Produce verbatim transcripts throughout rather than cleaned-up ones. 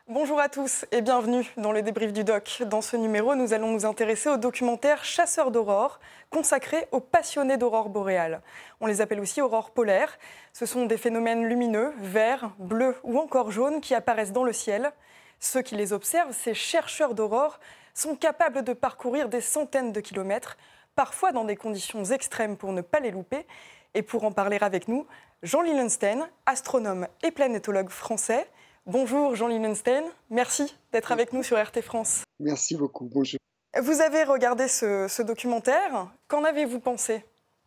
Bonjour à tous et bienvenue dans le débrief du doc. Dans ce numéro, nous allons nous intéresser au documentaire Chasseurs d'aurores, consacré aux passionnés d'aurores boréales. On les appelle aussi aurores polaires. Ce sont des phénomènes lumineux, verts, bleus ou encore jaunes qui apparaissent dans le ciel. Ceux qui les observent, ces chercheurs d'aurores, sont capables de parcourir des centaines de kilomètres, parfois dans des conditions extrêmes pour ne pas les louper. Et pour en parler avec nous, Jean Lillenstein, astronome et planétologue français. Bonjour Jean Lillenstein, merci d'être avec nous sur R T France. Merci beaucoup, bonjour. Vous avez regardé ce, ce documentaire, qu'en avez-vous pensé ?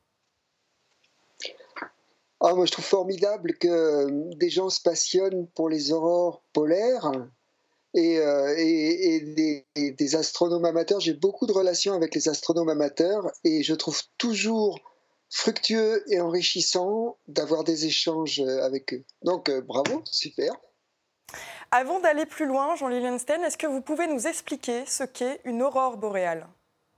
Ah, moi je trouve formidable que des gens se passionnent pour les aurores polaires et, euh, et, et des, et des astronomes amateurs. J'ai beaucoup de relations avec les astronomes amateurs et je trouve toujours fructueux et enrichissant d'avoir des échanges avec eux. Donc euh, bravo, super. Avant d'aller plus loin, Jean Lillenstein, est-ce que vous pouvez nous expliquer ce qu'est une aurore boréale ?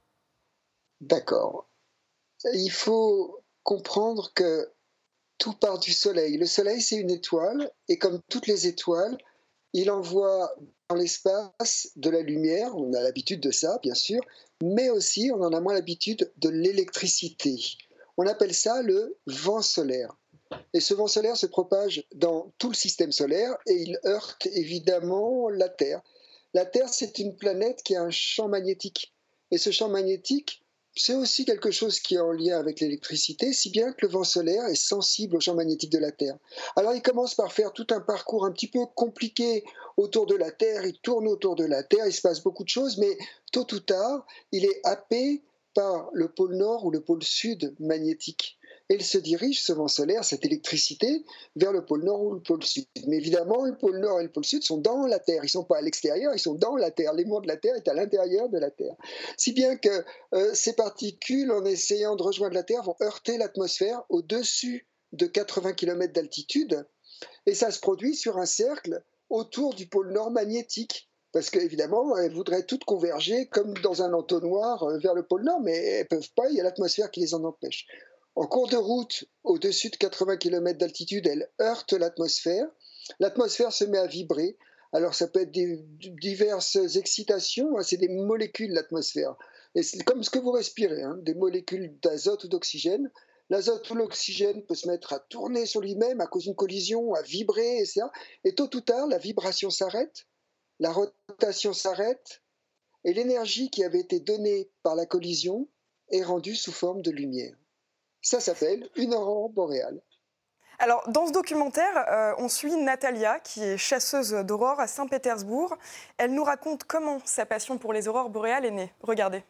D'accord. Il faut comprendre que tout part du Soleil. Le Soleil, c'est une étoile, et comme toutes les étoiles, il envoie dans l'espace de la lumière, on a l'habitude de ça, bien sûr, mais aussi, on en a moins l'habitude, de l'électricité. On appelle ça le vent solaire. Et ce vent solaire se propage dans tout le système solaire et il heurte évidemment la Terre. La Terre, c'est une planète qui a un champ magnétique. Et ce champ magnétique, c'est aussi quelque chose qui est en lien avec l'électricité, si bien que le vent solaire est sensible au champ magnétique de la Terre. Alors il commence par faire tout un parcours un petit peu compliqué autour de la Terre, il tourne autour de la Terre, il se passe beaucoup de choses, mais tôt ou tard, il est happé par le pôle nord ou le pôle sud magnétique. Et il se dirige, ce vent solaire, cette électricité, vers le pôle nord ou le pôle sud. Mais évidemment, le pôle nord et le pôle sud sont dans la Terre. Ils ne sont pas à l'extérieur, ils sont dans la Terre. L'aimant de la Terre est à l'intérieur de la Terre. Si bien que euh, ces particules, en essayant de rejoindre la Terre, vont heurter l'atmosphère au-dessus de quatre-vingts kilomètres d'altitude. Et ça se produit sur un cercle autour du pôle nord magnétique. Parce qu'évidemment, elles voudraient toutes converger comme dans un entonnoir vers le pôle Nord, mais elles ne peuvent pas, il y a l'atmosphère qui les en empêche. En cours de route, au-dessus de quatre-vingts kilomètres d'altitude, elles heurtent l'atmosphère. L'atmosphère se met à vibrer. Alors ça peut être des, diverses excitations, hein, c'est des molécules, l'atmosphère. Et c'est comme ce que vous respirez, hein, des molécules d'azote ou d'oxygène. L'azote ou l'oxygène peut se mettre à tourner sur lui-même à cause d'une collision, à vibrer, et cetera. Et tôt ou tard, la vibration s'arrête, la rotation s'arrête, et l'énergie qui avait été donnée par la collision est rendue sous forme de lumière. Ça s'appelle une aurore boréale. Alors, dans ce documentaire, euh, on suit Natalia, qui est chasseuse d'aurores à Saint-Pétersbourg. Elle nous raconte comment sa passion pour les aurores boréales est née. Regardez.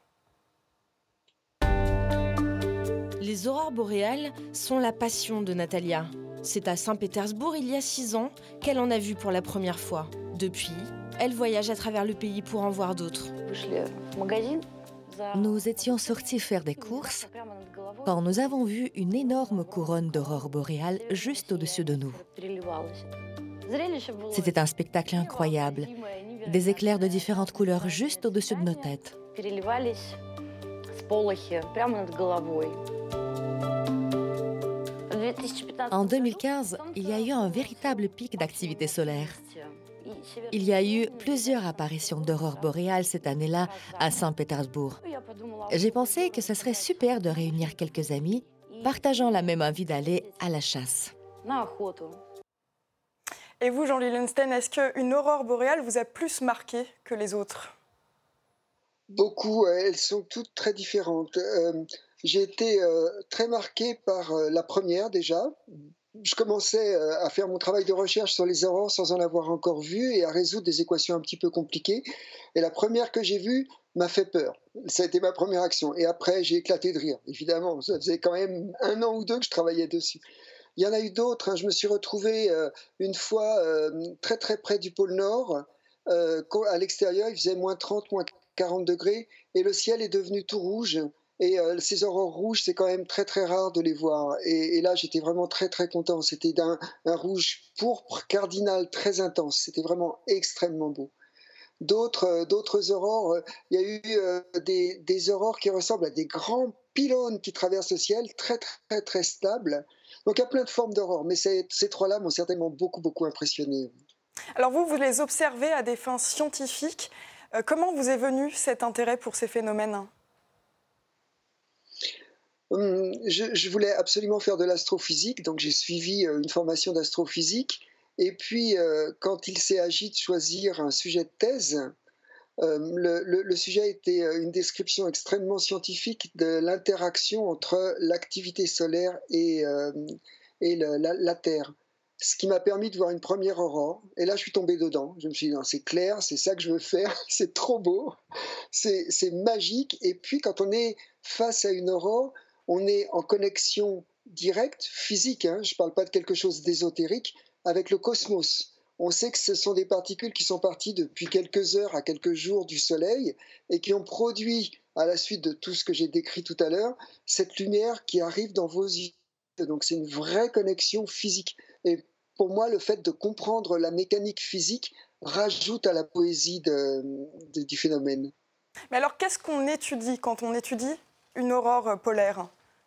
Les aurores boréales sont la passion de Natalia. C'est à Saint-Pétersbourg, il y a six ans, qu'elle en a vu pour la première fois. Depuis, elle voyage à travers le pays pour en voir d'autres. Nous étions sortis faire des courses quand nous avons vu une énorme couronne d'aurore boréale juste au-dessus de nous. C'était un spectacle incroyable. Des éclairs de différentes couleurs juste au-dessus de nos têtes. En deux mille quinze, il y a eu un véritable pic d'activité solaire. Il y a eu plusieurs apparitions d'aurores boréales cette année-là à Saint-Pétersbourg. J'ai pensé que ce serait super de réunir quelques amis partageant la même envie d'aller à la chasse. Et vous, Jean Lillenstein, est-ce qu'une aurore boréale vous a plus marqué que les autres ? Beaucoup, elles sont toutes très différentes. Euh, j'ai été euh, très marqué par euh, la première déjà. Je commençais euh, à faire mon travail de recherche sur les aurores sans en avoir encore vu et à résoudre des équations un petit peu compliquées. Et la première que j'ai vue m'a fait peur. Ça a été ma première action. Et après, j'ai éclaté de rire, évidemment. Ça faisait quand même un an ou deux que je travaillais dessus. Il y en a eu d'autres, hein. Je me suis retrouvé euh, une fois euh, très très près du pôle Nord. Euh, à l'extérieur, il faisait moins trente, moins quarante degrés, et le ciel est devenu tout rouge. Et euh, ces aurores rouges, c'est quand même très très rare de les voir. Et, et là, j'étais vraiment très très content. C'était d'un un rouge pourpre cardinal très intense. C'était vraiment extrêmement beau. D'autres, euh, d'autres aurores, euh, il y a eu euh, des, des aurores qui ressemblent à des grands pylônes qui traversent le ciel, très très très stables. Donc il y a plein de formes d'aurores, mais ces, ces trois-là m'ont certainement beaucoup beaucoup impressionné. Alors vous, vous les observez à des fins scientifiques. Euh, comment vous est venu cet intérêt pour ces phénomènes ? Hum, Je, je voulais absolument faire de l'astrophysique, donc j'ai suivi euh, une formation d'astrophysique. Et puis, euh, quand il s'est agi de choisir un sujet de thèse, euh, le, le- le sujet était euh, une description extrêmement scientifique de l'interaction entre l'activité solaire et, euh, et le- la, la Terre. Ce qui m'a permis de voir une première aurore. Et là, je suis tombé dedans. Je me suis dit, non, c'est clair, c'est ça que je veux faire, c'est trop beau, c'est c'est magique. Et puis, quand on est face à une aurore, on est en connexion directe, physique, hein, je ne parle pas de quelque chose d'ésotérique, avec le cosmos. On sait que ce sont des particules qui sont parties depuis quelques heures à quelques jours du Soleil et qui ont produit, à la suite de tout ce que j'ai décrit tout à l'heure, cette lumière qui arrive dans vos yeux. Donc c'est une vraie connexion physique. Et pour moi, le fait de comprendre la mécanique physique rajoute à la poésie de, de, du phénomène. Mais alors, qu'est-ce qu'on étudie quand on étudie une aurore polaire ?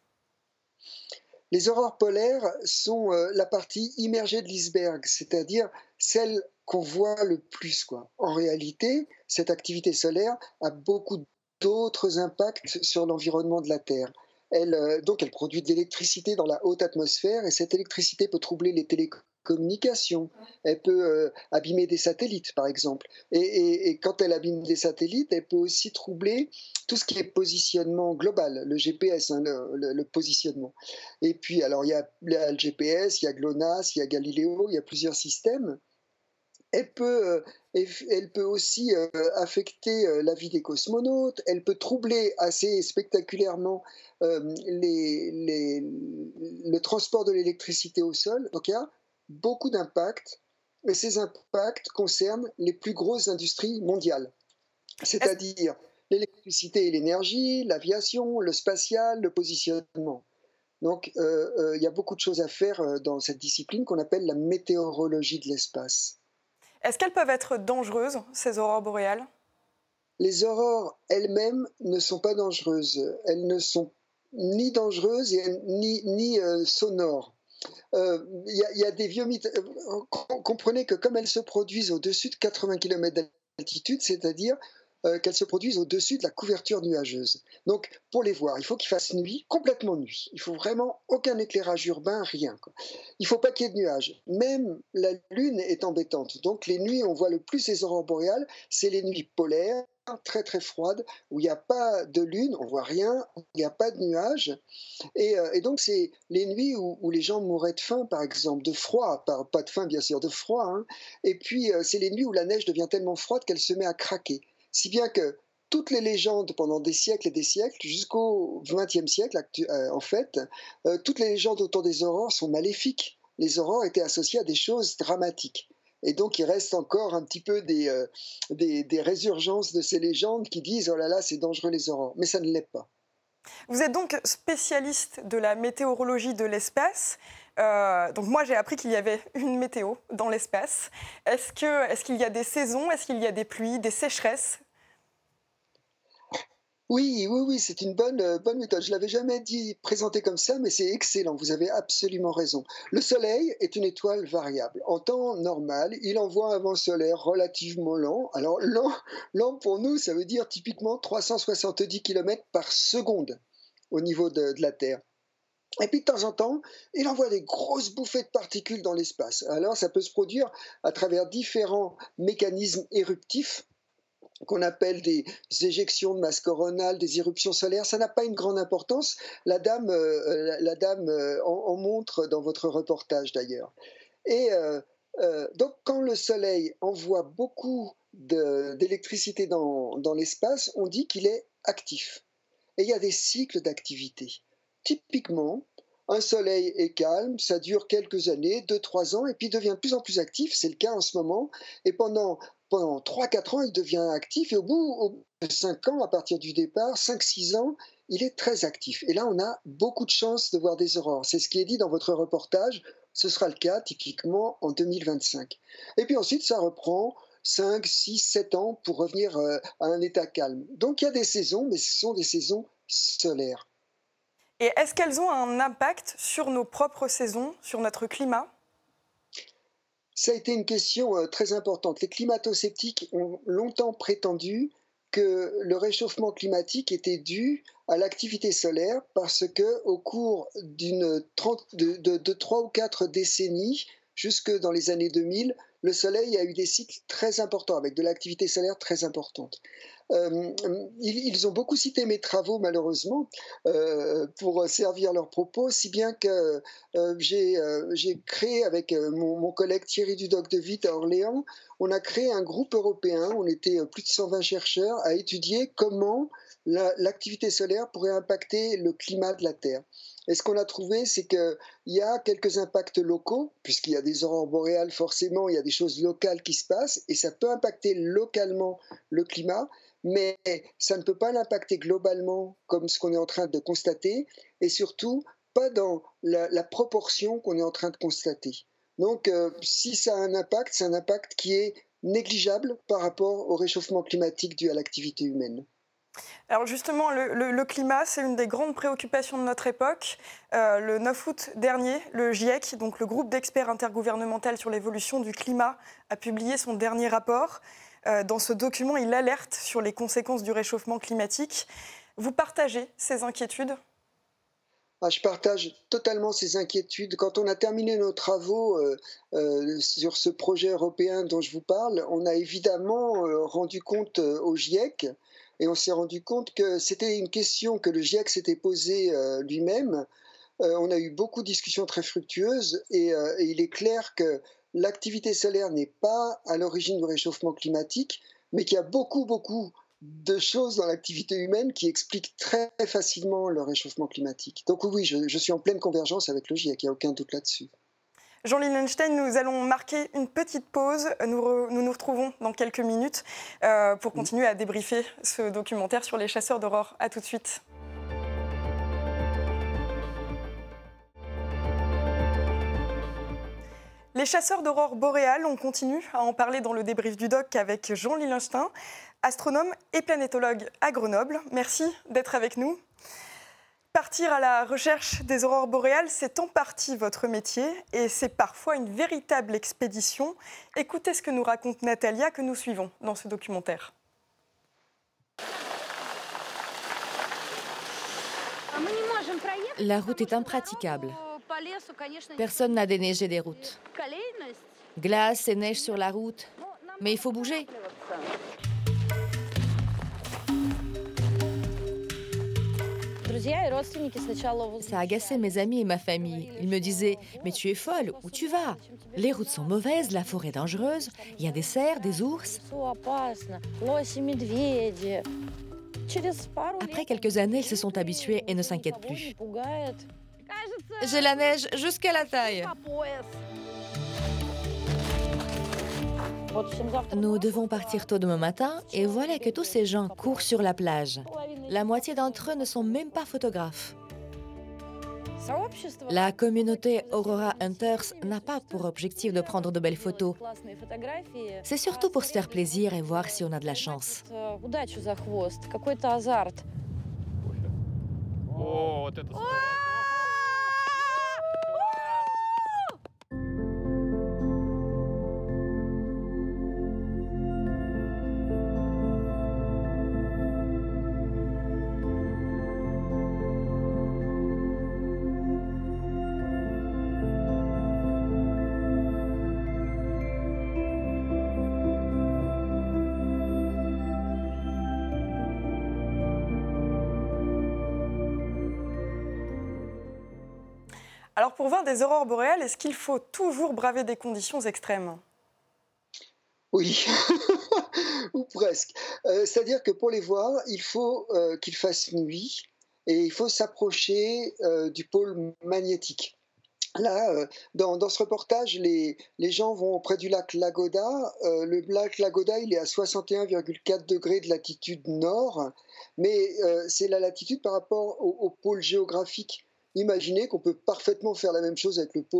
Les aurores polaires sont euh, la partie immergée de l'iceberg, c'est-à-dire celle qu'on voit le plus, quoi. En réalité, cette activité solaire a beaucoup d'autres impacts sur l'environnement de la Terre. Elle, euh, donc, elle produit de l'électricité dans la haute atmosphère et cette électricité peut troubler les télécommunications. Elle peut euh, abîmer des satellites, par exemple. Et, et, et quand elle abîme des satellites, elle peut aussi troubler tout ce qui est positionnement global, le G P S, hein, le, le, le positionnement. Et puis, alors, il y a le G P S, il y a GLONASS, il y a Galileo, il y a plusieurs systèmes. Elle peut, euh, elle peut aussi euh, affecter euh, la vie des cosmonautes, elle peut troubler assez spectaculairement euh, les, les, le transport de l'électricité au sol. Donc il y a beaucoup d'impacts, et ces impacts concernent les plus grosses industries mondiales, c'est-à-dire l'électricité et l'énergie, l'aviation, le spatial, le positionnement. Donc euh, euh, il y a beaucoup de choses à faire dans cette discipline qu'on appelle la météorologie de l'espace. Est-ce qu'elles peuvent être dangereuses, ces aurores boréales ? Les aurores elles-mêmes ne sont pas dangereuses. Elles ne sont ni dangereuses et ni, ni euh, sonores. Il euh, y, y a des vieux mythes. Comprenez que comme elles se produisent au-dessus de quatre-vingts kilomètres d'altitude, c'est-à-dire euh, qu'elles se produisent au-dessus de la couverture nuageuse. Donc, pour les voir, il faut qu'il fasse nuit, complètement nuit. Il faut vraiment aucun éclairage urbain, rien, quoi. Il ne faut pas qu'il y ait de nuages. Même la lune est embêtante. Donc, les nuits, on voit le plus les aurores boréales, c'est les nuits polaires, très très froides, où il n'y a pas de lune, on voit rien, où il n'y a pas de nuages. Et, euh, et donc, c'est les nuits où, où les gens mouraient de faim, par exemple, de froid, pas, pas de faim, bien sûr, de froid. Hein. Et puis, euh, c'est les nuits où la neige devient tellement froide qu'elle se met à craquer. Si bien que toutes les légendes pendant des siècles et des siècles, jusqu'au vingtième siècle, euh, en fait, euh, toutes les légendes autour des aurores sont maléfiques. Les aurores étaient associées à des choses dramatiques. Et donc, il reste encore un petit peu des, euh, des, des résurgences de ces légendes qui disent « Oh là là, c'est dangereux les aurores ». Mais ça ne l'est pas. Vous êtes donc spécialiste de la météorologie de l'espace. Euh, donc moi, j'ai appris qu'il y avait une météo dans l'espace. Est-ce que, est-ce qu'il y a des saisons ? Est-ce qu'il y a des pluies, des sécheresses ? Oui, oui, oui, c'est une bonne, euh, bonne méthode. Je ne l'avais jamais dit présenté comme ça, mais c'est excellent. Vous avez absolument raison. Le Soleil est une étoile variable. En temps normal, il envoie un vent solaire relativement lent. Alors, lent, lent pour nous, ça veut dire typiquement trois cent soixante-dix kilomètres par seconde au niveau de, de la Terre. Et puis de temps en temps, il envoie des grosses bouffées de particules dans l'espace. Alors, ça peut se produire à travers différents mécanismes éruptifs qu'on appelle des éjections de masse coronale, des éruptions solaires. Ça n'a pas une grande importance. La dame, euh, la, la dame euh, en, en montre dans votre reportage d'ailleurs. Et euh, euh, donc, quand le Soleil envoie beaucoup de, d'électricité dans, dans l'espace, on dit qu'il est actif. Et il y a des cycles d'activité. Typiquement, un Soleil est calme, ça dure quelques années, deux trois ans, et puis il devient de plus en plus actif, c'est le cas en ce moment, et pendant, pendant trois quatre ans, il devient actif, et au bout, au bout de cinq ans, à partir du départ, cinq six ans, il est très actif. Et là, on a beaucoup de chances de voir des aurores. C'est ce qui est dit dans votre reportage, ce sera le cas typiquement en deux mille vingt-cinq. Et puis ensuite, ça reprend cinq six sept ans pour revenir à un état calme. Donc il y a des saisons, mais ce sont des saisons solaires. Et est-ce qu'elles ont un impact sur nos propres saisons, sur notre climat ? Ça a été une question euh, très importante. Les climato-sceptiques ont longtemps prétendu que le réchauffement climatique était dû à l'activité solaire parce que au cours d'une trente de, de, de trois ou quatre décennies, jusque dans les années deux mille, le Soleil a eu des cycles très importants, avec de l'activité solaire très importante. Euh, ils, ils, ont beaucoup cité mes travaux, malheureusement, euh, pour servir leurs propos, si bien que euh, j'ai euh, créé avec euh, mon, mon collègue Thierry Dudoc de Witt à Orléans, on a créé un groupe européen, on était plus de cent vingt chercheurs, à étudier comment l'activité solaire pourrait impacter le climat de la Terre. Et ce qu'on a trouvé, c'est qu'il y a quelques impacts locaux, puisqu'il y a des aurores boréales, forcément, il y a des choses locales qui se passent, et ça peut impacter localement le climat, mais ça ne peut pas l'impacter globalement, comme ce qu'on est en train de constater, et surtout pas dans la, la proportion qu'on est en train de constater. Donc, euh, si ça a un impact, c'est un impact qui est négligeable par rapport au réchauffement climatique dû à l'activité humaine. Alors justement, le, le, le climat, c'est une des grandes préoccupations de notre époque. Euh, le neuf août dernier, le GIEC, donc le groupe d'experts intergouvernemental sur l'évolution du climat, a publié son dernier rapport. Euh, dans ce document, il alerte sur les conséquences du réchauffement climatique. Vous partagez ces inquiétudes ? Ah, je partage totalement ces inquiétudes. Quand on a terminé nos travaux euh, euh, sur ce projet européen dont je vous parle, on a évidemment euh, rendu compte euh, au GIEC et on s'est rendu compte que c'était une question que le GIEC s'était posée euh, lui-même. Euh, on a eu beaucoup de discussions très fructueuses et, euh, et il est clair que l'activité solaire n'est pas à l'origine du réchauffement climatique, mais qu'il y a beaucoup, beaucoup de choses dans l'activité humaine qui expliquent très facilement le réchauffement climatique. Donc oui, je, je suis en pleine convergence avec le GIEC, il n'y a aucun doute là-dessus. Jean Lilienstein, nous allons marquer une petite pause. Nous re, nous, nous retrouvons dans quelques minutes euh, pour continuer à débriefer ce documentaire sur les chasseurs d'aurore. À tout de suite. Les chasseurs d'aurore boréale, on continue à en parler dans le débrief du doc avec Jean Lilienstein, astronome et planétologue à Grenoble. Merci d'être avec nous. Partir à la recherche des aurores boréales, c'est en partie votre métier et c'est parfois une véritable expédition. Écoutez ce que nous raconte Natalia, que nous suivons dans ce documentaire. La route est impraticable. Personne n'a déneigé des routes. Glace et neige sur la route, mais il faut bouger. Ça a agacé mes amis et ma famille. Ils me disaient « Mais tu es folle, où tu vas? Les routes sont mauvaises, la forêt dangereuse, il y a des cerfs, des ours. » Après quelques années, ils se sont habitués et ne s'inquiètent plus. J'ai la neige jusqu'à la taille. Nous devons partir tôt demain matin et voilà que tous ces gens courent sur la plage. La moitié d'entre eux ne sont même pas photographes. La communauté Aurora Hunters n'a pas pour objectif de prendre de belles photos. C'est surtout pour se faire plaisir et voir si on a de la chance. Alors pour voir des aurores boréales, est-ce qu'il faut toujours braver des conditions extrêmes ? Oui, ou presque. Euh, c'est-à-dire que pour les voir, il faut euh, qu'il fasse nuit et il faut s'approcher euh, du pôle magnétique. Là, euh, dans, dans ce reportage, les, les gens vont près du lac Lagoda. Euh, le lac Lagoda, il est à soixante et un virgule quatre degrés de latitude nord, mais euh, c'est la latitude par rapport au, au pôle géographique. Imaginez qu'on peut parfaitement faire la même chose avec le pôle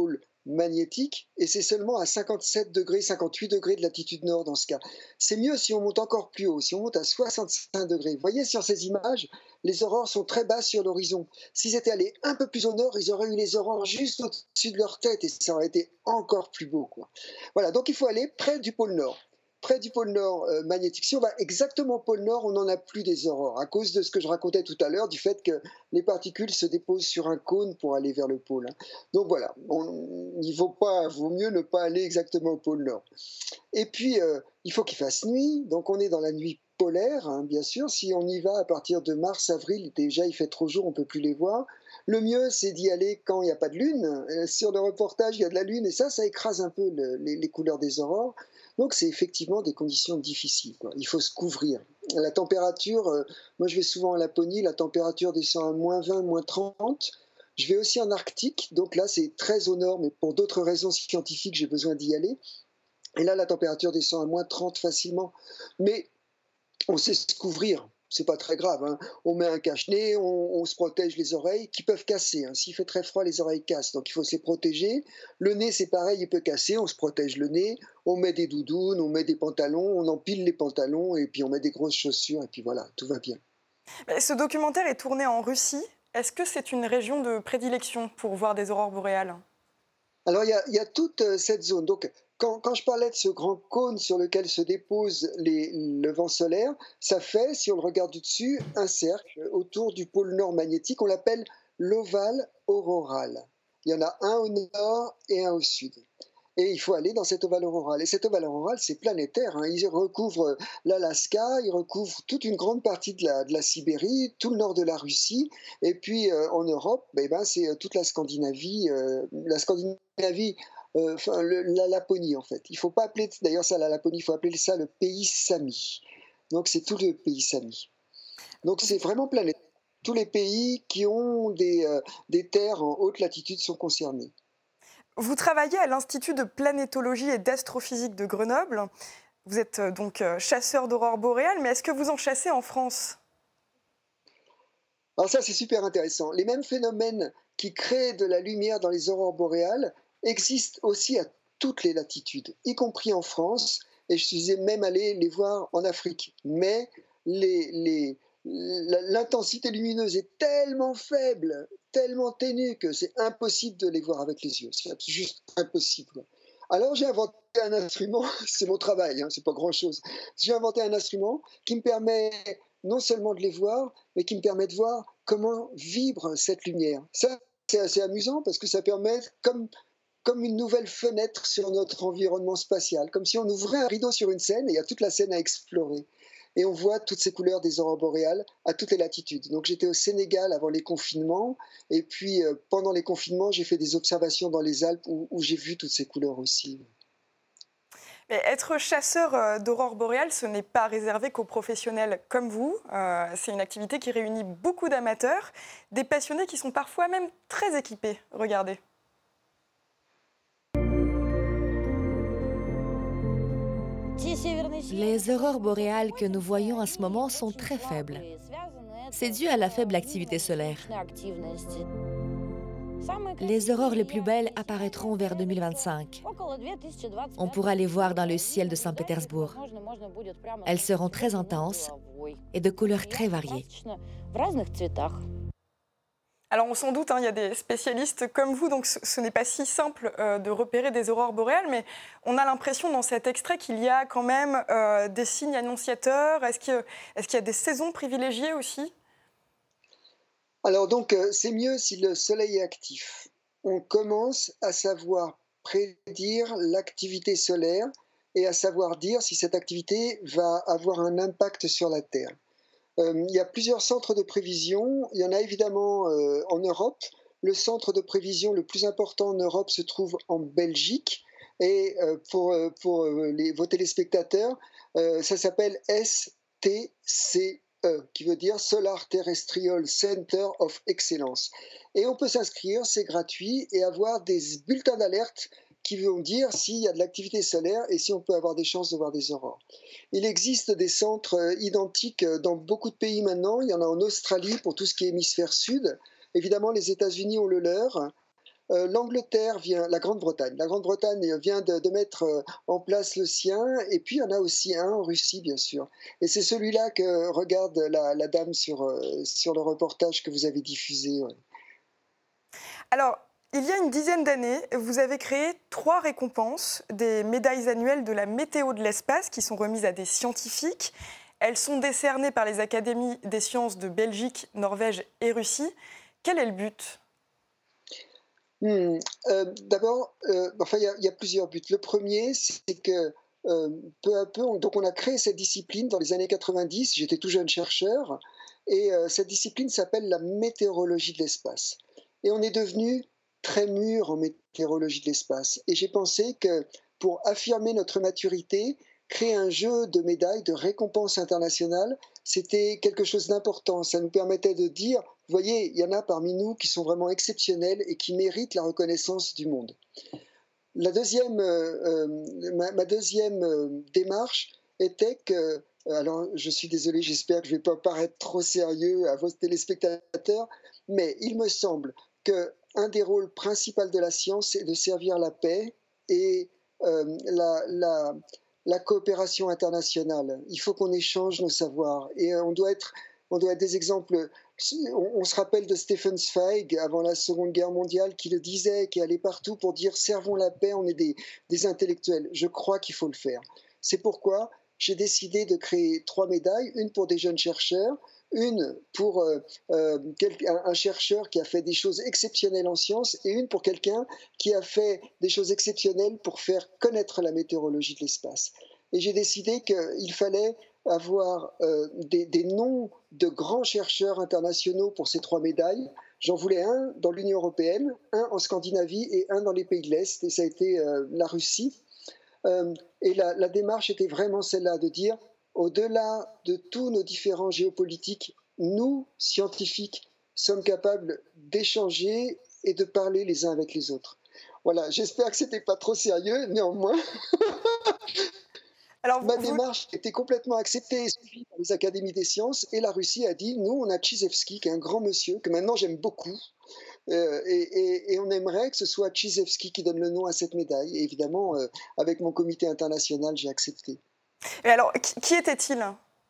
magnétique, et c'est seulement à cinquante-sept degrés, cinquante-huit degrés de latitude nord dans ce cas. C'est mieux si on monte encore plus haut, si on monte à soixante-cinq degrés. Vous voyez sur ces images, les aurores sont très basses sur l'horizon. S'ils étaient allés un peu plus au nord, ils auraient eu les aurores juste au-dessus de leur tête, et ça aurait été encore plus beau, quoi. Voilà, donc il faut aller près du pôle nord. Près du pôle Nord euh, magnétique. Si on va exactement au pôle Nord, on n'en a plus des aurores, à cause de ce que je racontais tout à l'heure, du fait que les particules se déposent sur un cône pour aller vers le pôle. Donc voilà, on, il vaut, pas, vaut mieux ne pas aller exactement au pôle Nord. Et puis, euh, il faut qu'il fasse nuit, donc on est dans la nuit polaire, hein, bien sûr. Si on y va à partir de mars, avril, déjà il fait trop jour, on ne peut plus les voir. Le mieux, c'est d'y aller quand il n'y a pas de lune. Sur le reportage, il y a de la lune, et ça, ça écrase un peu le, les, les couleurs des aurores. Donc, c'est effectivement des conditions difficiles, quoi. Il faut se couvrir. La température, euh, moi je vais souvent en Laponie, la température descend à moins vingt, moins trente. Je vais aussi en Arctique, donc là, c'est très au nord, mais pour d'autres raisons scientifiques, j'ai besoin d'y aller. Et là, la température descend à moins trente facilement. Mais on sait se couvrir. C'est pas très grave, hein. On met un cache-nez, on, on se protège les oreilles qui peuvent casser, hein. S'il fait très froid, les oreilles cassent, donc il faut se les protéger. Le nez, c'est pareil, il peut casser, on se protège le nez, on met des doudounes, on met des pantalons, on empile les pantalons et puis on met des grosses chaussures et puis voilà, tout va bien. Ce documentaire est tourné en Russie. Est-ce que c'est une région de prédilection pour voir des aurores boréales? Alors il y a, il y a toute cette zone. Donc Quand, quand je parlais de ce grand cône sur lequel se dépose les, le vent solaire, ça fait, si on le regarde du dessus, un cercle autour du pôle nord magnétique. On l'appelle l'ovale auroral. Il y en a un au nord et un au sud. Et il faut aller dans cet ovale auroral. Et cet ovale auroral, c'est planétaire, hein. Il recouvre l'Alaska, il recouvre toute une grande partie de la, de la Sibérie, tout le nord de la Russie. Et puis euh, en Europe, ben, ben, c'est toute la Scandinavie. Euh, la Scandinavie Euh, enfin, le, la Laponie en fait. Il ne faut pas appeler d'ailleurs ça la Laponie, il faut appeler ça le pays Sami. Donc c'est tout le pays Sami. Donc c'est vraiment planétaire. Tous les pays qui ont des, euh, des terres en haute latitude sont concernés. Vous travaillez à l'Institut de planétologie et d'astrophysique de Grenoble. Vous êtes donc chasseur d'aurores boréales, mais est-ce que vous en chassez en France? Alors ça c'est super intéressant. Les mêmes phénomènes qui créent de la lumière dans les aurores boréales existent aussi à toutes les latitudes, y compris en France, et je suis même allé les voir en Afrique. Mais les, les, l'intensité lumineuse est tellement faible, tellement ténue, que c'est impossible de les voir avec les yeux. C'est juste impossible. Alors j'ai inventé un instrument, c'est mon travail, hein, c'est pas grand-chose. J'ai inventé un instrument qui me permet non seulement de les voir, mais qui me permet de voir comment vibre cette lumière. Ça, c'est assez amusant parce que ça permet, comme comme une nouvelle fenêtre sur notre environnement spatial, comme si on ouvrait un rideau sur une scène et il y a toute la scène à explorer. Et on voit toutes ces couleurs des aurores boréales à toutes les latitudes. Donc j'étais au Sénégal avant les confinements, et puis euh, pendant les confinements, j'ai fait des observations dans les Alpes où, où j'ai vu toutes ces couleurs aussi. Mais être chasseur d'aurores boréales, ce n'est pas réservé qu'aux professionnels comme vous. Euh, c'est une activité qui réunit beaucoup d'amateurs, des passionnés qui sont parfois même très équipés. Regardez. Les aurores boréales que nous voyons en ce moment sont très faibles. C'est dû à la faible activité solaire. Les aurores les plus belles apparaîtront vers deux mille vingt-cinq. On pourra les voir dans le ciel de Saint-Pétersbourg. Elles seront très intenses et de couleurs très variées. Alors on s'en doute, hein, il y a des spécialistes comme vous, donc ce, ce n'est pas si simple euh, de repérer des aurores boréales, mais on a l'impression dans cet extrait qu'il y a quand même euh, des signes annonciateurs. Est-ce qu'il, est-ce qu'il y a des saisons privilégiées aussi? Alors donc, euh, c'est mieux si le soleil est actif. On commence à savoir prédire l'activité solaire et à savoir dire si cette activité va avoir un impact sur la Terre. Euh, il y a plusieurs centres de prévision. Il y en a évidemment euh, en Europe. Le centre de prévision le plus important en Europe se trouve en Belgique. Et euh, pour, pour les, vos téléspectateurs, euh, ça s'appelle S T C E, qui veut dire Solar Terrestrial Center of Excellence. Et on peut s'inscrire, c'est gratuit, et avoir des bulletins d'alerte qui vont dire s'il y a de l'activité solaire et si on peut avoir des chances de voir des aurores. Il existe des centres identiques dans beaucoup de pays maintenant. Il y en a en Australie pour tout ce qui est hémisphère sud. Évidemment, les États-Unis ont le leur. Euh, L'Angleterre vient, la Grande-Bretagne, la Grande-Bretagne vient de, de mettre euh, en place le sien, et puis il y en a aussi un en Russie, bien sûr. Et c'est celui-là que regarde la, la dame sur, euh, sur le reportage que vous avez diffusé. Ouais. Alors, il y a une dizaine d'années, vous avez créé trois récompenses, des médailles annuelles de la météo de l'espace qui sont remises à des scientifiques. Elles sont décernées par les académies des sciences de Belgique, Norvège et Russie. Quel est le but ? Hmm. Euh, D'abord, euh, enfin, il y, y a plusieurs buts. Le premier, c'est que euh, peu à peu, on, donc on a créé cette discipline dans les années quatre-vingt-dix. J'étais tout jeune chercheur, et euh, cette discipline s'appelle la météorologie de l'espace. Et on est devenu très mûr en météorologie de l'espace. Et j'ai pensé que pour affirmer notre maturité, créer un jeu de médailles, de récompenses internationales, c'était quelque chose d'important. Ça nous permettait de dire, vous voyez, il y en a parmi nous qui sont vraiment exceptionnels et qui méritent la reconnaissance du monde. La deuxième, euh, ma, ma deuxième euh, démarche était que, alors je suis désolé, j'espère que je ne vais pas paraître trop sérieux à vos téléspectateurs, mais il me semble qu'un des rôles principaux de la science, c'est de servir la paix et euh, la, la, la coopération internationale. Il faut qu'on échange nos savoirs, et on doit être, on doit être des exemples. On, on se rappelle de Stefan Zweig avant la Seconde Guerre mondiale qui le disait, qui allait partout pour dire servons la paix, on est des, des intellectuels. Je crois qu'il faut le faire. C'est pourquoi j'ai décidé de créer trois médailles, une pour des jeunes chercheurs, une pour euh, euh, un, un chercheur qui a fait des choses exceptionnelles en sciences, et une pour quelqu'un qui a fait des choses exceptionnelles pour faire connaître la météorologie de l'espace. Et j'ai décidé qu'il fallait avoir euh, des, des noms de grands chercheurs internationaux pour ces trois médailles. J'en voulais un dans l'Union européenne, un en Scandinavie et un dans les pays de l'Est, et ça a été euh, la Russie. Euh, et la, la démarche était vraiment celle-là, de dire, au-delà de tous nos différends géopolitiques, nous, scientifiques, sommes capables d'échanger et de parler les uns avec les autres. Voilà, j'espère que ce n'était pas trop sérieux, néanmoins. Alors, Ma vous... démarche était complètement acceptée et suivie par les académies des sciences, et la Russie a dit, nous, on a Chizevski, qui est un grand monsieur, que maintenant j'aime beaucoup, euh, et, et, et on aimerait que ce soit Chizevski qui donne le nom à cette médaille. Et évidemment, euh, avec mon comité international, j'ai accepté. Et alors, qui était-il ?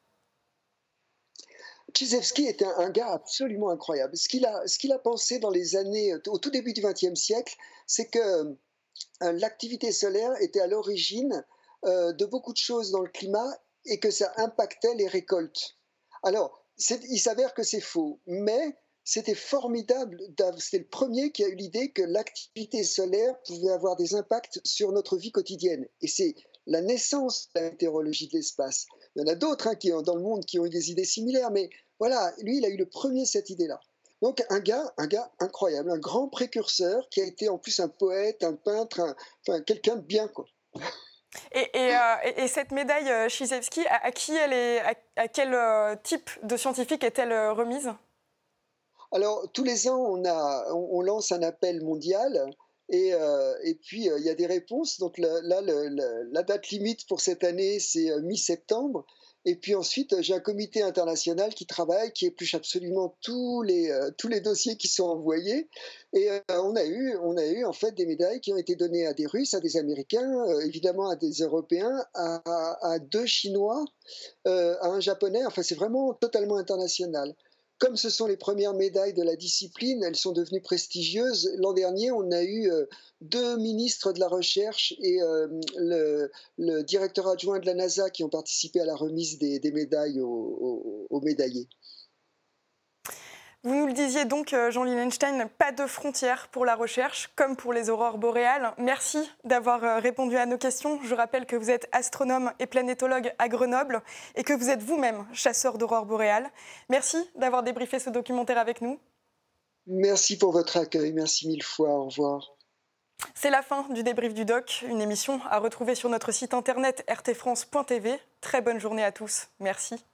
Chizevski était un, un gars absolument incroyable. Ce qu'il a, ce qu'il a pensé dans les années, au tout début du vingtième siècle, c'est que euh, l'activité solaire était à l'origine euh, de beaucoup de choses dans le climat, et que ça impactait les récoltes. Alors, il s'avère que c'est faux, mais c'était formidable. C'était le premier qui a eu l'idée que l'activité solaire pouvait avoir des impacts sur notre vie quotidienne. Et c'est la naissance de la météorologie de l'espace. Il y en a d'autres hein, qui, dans le monde qui ont eu des idées similaires, mais voilà, lui, il a eu le premier cette idée-là. Donc un gars, un gars incroyable, un grand précurseur qui a été en plus un poète, un peintre, un, enfin quelqu'un de bien, quoi. Et, et, euh, et cette médaille euh, Chizevski, à, à qui elle est, à, à quel euh, type de scientifique est-elle euh, remise ? Alors tous les ans, on, a, on, on lance un appel mondial. Et, euh, et puis, euh, il y a des réponses. Donc là, là le, le, la date limite pour cette année, c'est euh, mi-septembre. Et puis ensuite, j'ai un comité international qui travaille, qui épluche absolument tous les, euh, tous les dossiers qui sont envoyés. Et euh, on a eu, on a eu en fait des médailles qui ont été données à des Russes, à des Américains, euh, évidemment à des Européens, à, à, à deux Chinois, euh, à un Japonais. Enfin, c'est vraiment totalement international. Comme ce sont les premières médailles de la discipline, elles sont devenues prestigieuses. L'an dernier, on a eu euh, deux ministres de la Recherche et euh, le, le directeur adjoint de la NASA qui ont participé à la remise des, des médailles aux, aux, aux médaillés. Vous nous le disiez donc, Jean Lilienstein, pas de frontières pour la recherche, comme pour les aurores boréales. Merci d'avoir répondu à nos questions. Je rappelle que vous êtes astronome et planétologue à Grenoble et que vous êtes vous-même chasseur d'aurores boréales. Merci d'avoir débriefé ce documentaire avec nous. Merci pour votre accueil. Merci mille fois. Au revoir. C'est la fin du débrief du doc, une émission à retrouver sur notre site internet r t france point t v. Très bonne journée à tous. Merci.